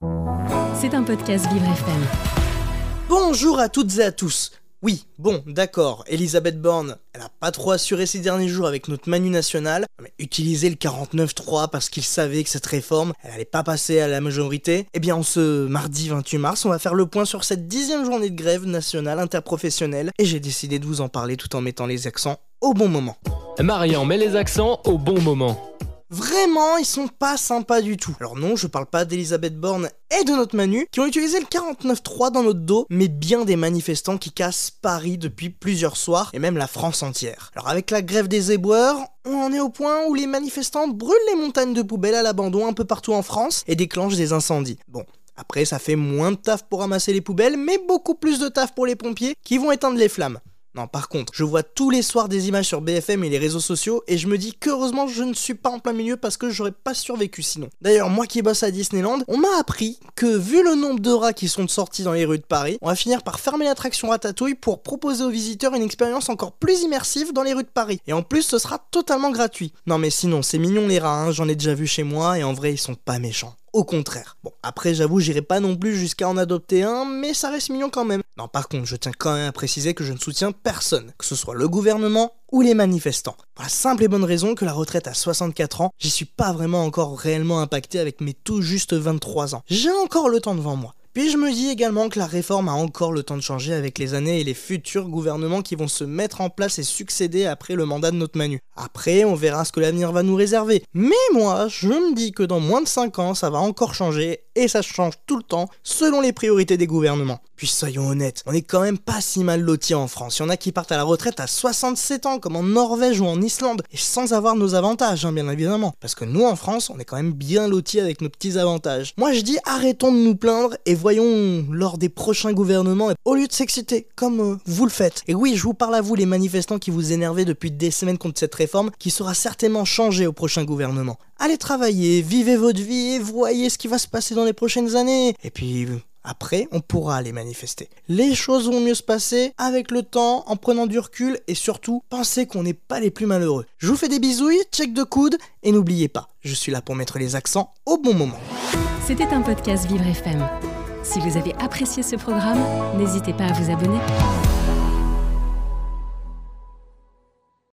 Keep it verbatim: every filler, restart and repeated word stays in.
C'est un podcast Vivre F M. Bonjour à toutes et à tous. Oui, bon, d'accord, Elisabeth Borne, elle a pas trop assuré ces derniers jours avec notre Manu national, mais utiliser le quarante-neuf trois parce qu'il savait que cette réforme, elle allait pas passer à la majorité. Eh bien, en ce mardi vingt-huit mars, on va faire le point sur cette dixième journée de grève nationale interprofessionnelle, et j'ai décidé de vous en parler tout en mettant les accents au bon moment. Marian met les accents au bon moment. Vraiment, ils sont pas sympas du tout. Alors non, je parle pas d'Elisabeth Borne et de notre Manu, qui ont utilisé le quarante-neuf trois dans notre dos, mais bien des manifestants qui cassent Paris depuis plusieurs soirs, et même la France entière. Alors avec la grève des éboueurs, on en est au point où les manifestants brûlent les montagnes de poubelles à l'abandon un peu partout en France, et déclenchent des incendies. Bon, après ça fait moins de taf pour ramasser les poubelles, mais beaucoup plus de taf pour les pompiers, qui vont éteindre les flammes. Non, par contre, je vois tous les soirs des images sur B F M et les réseaux sociaux et je me dis qu'heureusement je ne suis pas en plein milieu parce que j'aurais pas survécu sinon. D'ailleurs, moi qui bosse à Disneyland, on m'a appris que vu le nombre de rats qui sont sortis dans les rues de Paris, on va finir par fermer l'attraction Ratatouille pour proposer aux visiteurs une expérience encore plus immersive dans les rues de Paris. Et en plus, ce sera totalement gratuit. Non mais sinon, c'est mignon les rats, hein, j'en ai déjà vu chez moi et en vrai, ils sont pas méchants. Au contraire. Bon, après j'avoue, j'irai pas non plus jusqu'à en adopter un, mais ça reste mignon quand même. Non, par contre, je tiens quand même à préciser que je ne soutiens personne, que ce soit le gouvernement ou les manifestants. Pour la simple et bonne raison que la retraite à soixante-quatre ans, j'y suis pas vraiment encore réellement impacté avec mes tout juste vingt-trois ans. J'ai encore le temps devant moi. Puis je me dis également que la réforme a encore le temps de changer avec les années et les futurs gouvernements qui vont se mettre en place et succéder après le mandat de notre Manu. Après, on verra ce que l'avenir va nous réserver. Mais moi, je me dis que dans moins de cinq ans, ça va encore changer, et ça change tout le temps, selon les priorités des gouvernements. Puis soyons honnêtes, on est quand même pas si mal lotis en France. Il y en a qui partent à la retraite à soixante-sept ans, comme en Norvège ou en Islande, et sans avoir nos avantages, hein, bien évidemment. Parce que nous, en France, on est quand même bien lotis avec nos petits avantages. Moi, je dis arrêtons de nous plaindre, et voyons lors des prochains gouvernements, au lieu de s'exciter, comme euh, vous le faites. Et oui, je vous parle à vous, les manifestants qui vous énervez depuis des semaines contre cette réforme, qui sera certainement changée au prochain gouvernement. Allez travailler, vivez votre vie, et voyez ce qui va se passer dans les prochaines années. Et puis... après, on pourra aller manifester. Les choses vont mieux se passer avec le temps, en prenant du recul et surtout, pensez qu'on n'est pas les plus malheureux. Je vous fais des bisouilles, check de coude et n'oubliez pas, je suis là pour mettre les accents au bon moment. C'était un podcast Vivre F M. Si vous avez apprécié ce programme, n'hésitez pas à vous abonner.